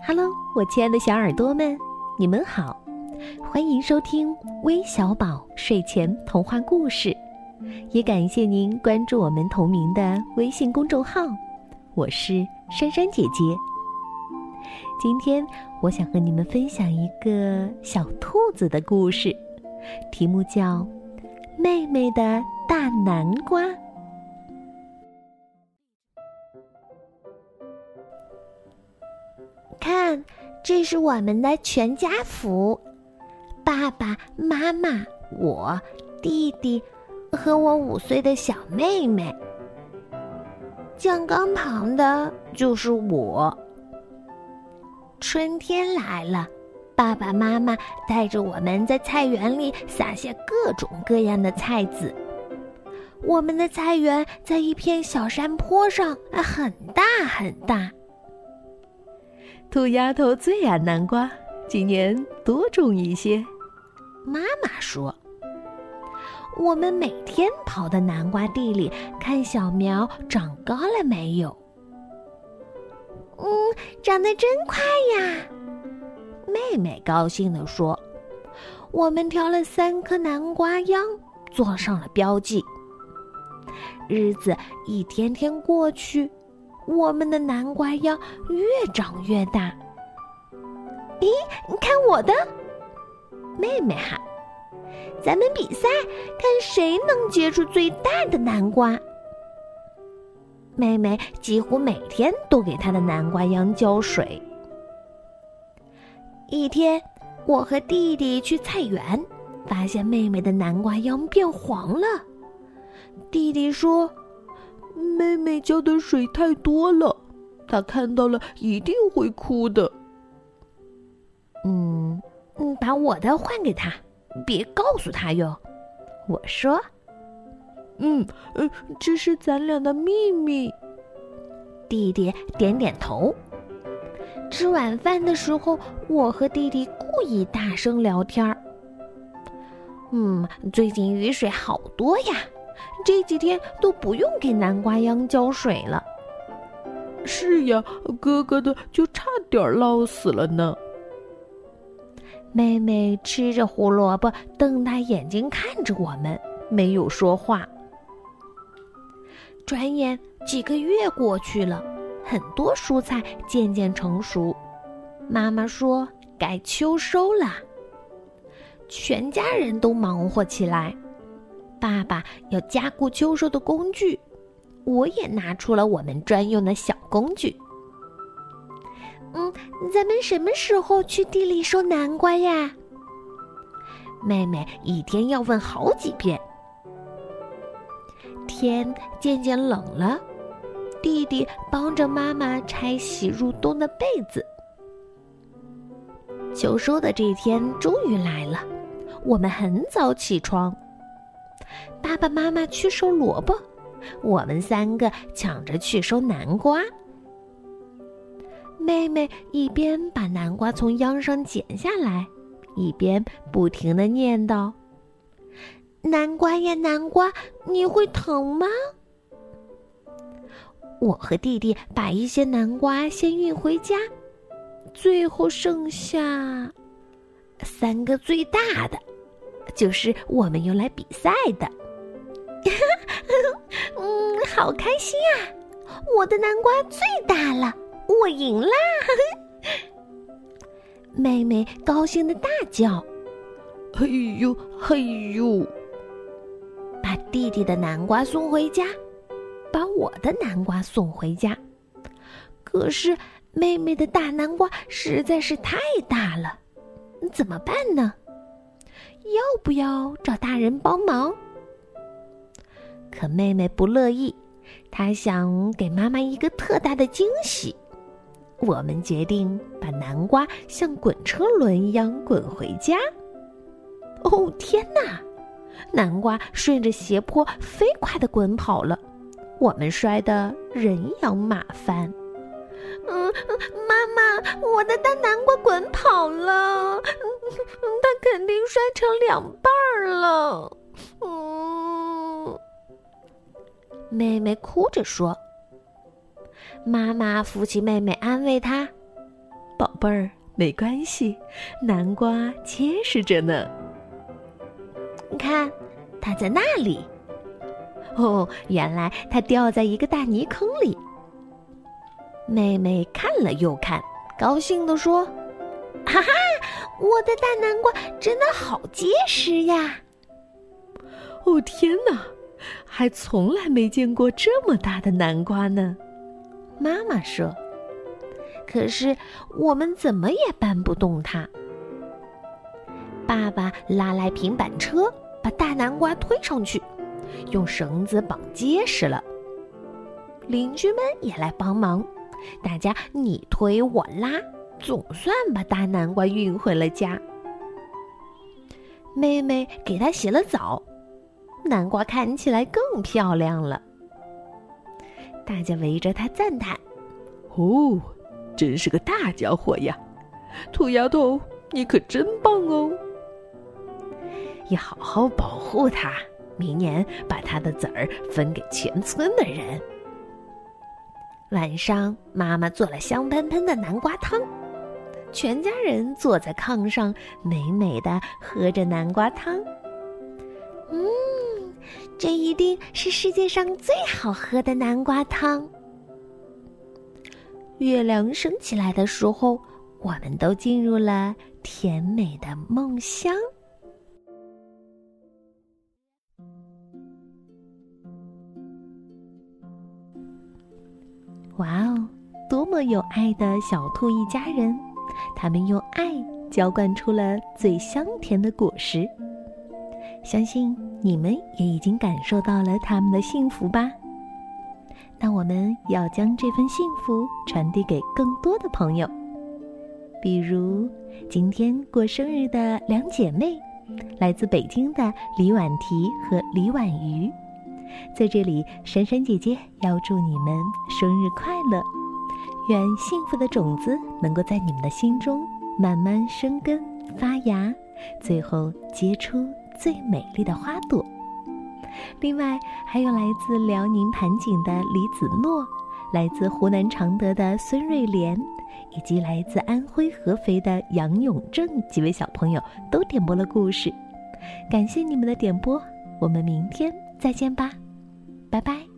Hello， 我亲爱的小耳朵们，你们好，欢迎收听微小宝睡前童话故事，也感谢您关注我们同名的微信公众号，我是珊珊姐姐。今天我想和你们分享一个小兔子的故事，题目叫《妹妹的大南瓜》。 看，这是我们的全家福，爸爸妈妈、我、弟弟和我5岁的小妹妹。酱缸旁的就是我。春天来了，爸爸妈妈带着我们在菜园里撒下各种各样的菜籽。我们的菜园在一片小山坡上，很大很大。 兔丫头最爱南瓜，今年多种一些。 妈妈说，我们每天跑到南瓜地里看小苗长高了没有。长得真快呀！妹妹高兴地说。我们挑了3颗南瓜秧，做上了标记。日子一天天过去，我们的南瓜秧越长越大。咦，你看我的！妹妹喊，咱们比赛，看谁能结出最大的南瓜。妹妹几乎每天都给她的南瓜秧浇水。一天，我和弟弟去菜园，发现妹妹的南瓜秧变黄了。弟弟说，妹妹浇的水太多了，她看到了一定会哭的。把我的还给她，别告诉她哟。我说，这是咱俩的秘密。弟弟点点头。吃晚饭的时候，我和弟弟故意大声聊天。最近雨水好多呀，这几天都不用给南瓜秧浇水了。是呀，哥哥的就差点涝死了呢。妹妹吃着胡萝卜，瞪大眼睛看着我们，没有说话。转眼几个月过去了，很多蔬菜渐渐成熟。妈妈说该秋收了，全家人都忙活起来。爸爸要加固秋收的工具，我也拿出了我们专用的小工具。咱们什么时候去地里收南瓜呀？妹妹一天要问好几遍。天渐渐冷了，弟弟帮着妈妈拆洗入冬的被子。秋收的这天终于来了，我们很早起床。爸爸妈妈去收萝卜，我们3个抢着去收南瓜。妹妹一边把南瓜从秧上剪下来，一边不停地念叨：南瓜呀南瓜，你会疼吗？我和弟弟把一些南瓜先运回家，最后剩下3个最大的，就是我们用来比赛的。好开心啊！我的南瓜最大了，我赢啦！妹妹高兴地大叫：嘿呦嘿呦！把弟弟的南瓜送回家，把我的南瓜送回家。可是妹妹的大南瓜实在是太大了，怎么办呢？要不要找大人帮忙？可妹妹不乐意，她想给妈妈一个特大的惊喜。我们决定把南瓜像滚车轮一样滚回家。哦，天哪！南瓜顺着斜坡飞快地滚跑了，我们摔得人仰马翻。妈妈，我的大南瓜滚跑了，它肯定摔成2半了。妹妹哭着说。妈妈扶起妹妹安慰她： 宝贝儿，没关系，南瓜结实着呢。 看，它在那里。 哦，原来它掉在一个大泥坑里。 妹妹看了又看，高兴地说：“哈哈，我的大南瓜真的好结实呀！” 哦，天哪，还从来没见过这么大的南瓜呢。 妈妈说：“可是我们怎么也搬不动它。”爸爸拉来平板车，把大南瓜推上去，用绳子绑结实了。邻居们也来帮忙，大家你推我拉，总算把大南瓜运回了家。妹妹给它洗了澡，南瓜看起来更漂亮了。大家围着它赞叹：“ 哦，真是个大家伙呀！兔丫头，你可真棒哦！要好好保护它，明年把它的籽儿分给全村的人。” 晚上，妈妈做了香喷喷的南瓜汤，全家人坐在炕上，美美的喝着南瓜汤。这一定是世界上最好喝的南瓜汤。月亮升起来的时候，我们都进入了甜美的梦乡。 哇哦，多么有爱的小兔一家人，他们用爱浇灌出了最香甜的果实。相信你们也已经感受到了他们的幸福吧？那我们要将这份幸福传递给更多的朋友。比如今天过生日的两姐妹，来自北京的李婉缇和李婉瑜。在这里，珊珊姐姐要祝你们生日快乐，愿幸福的种子能够在你们的心中慢慢生根发芽，最后结出最美丽的花朵。另外还有来自辽宁盘锦的李子诺，来自湖南常德的孙瑞莲，以及来自安徽合肥的杨永正几位小朋友都点播了故事。感谢你们的点播，我们明天再见吧，拜拜。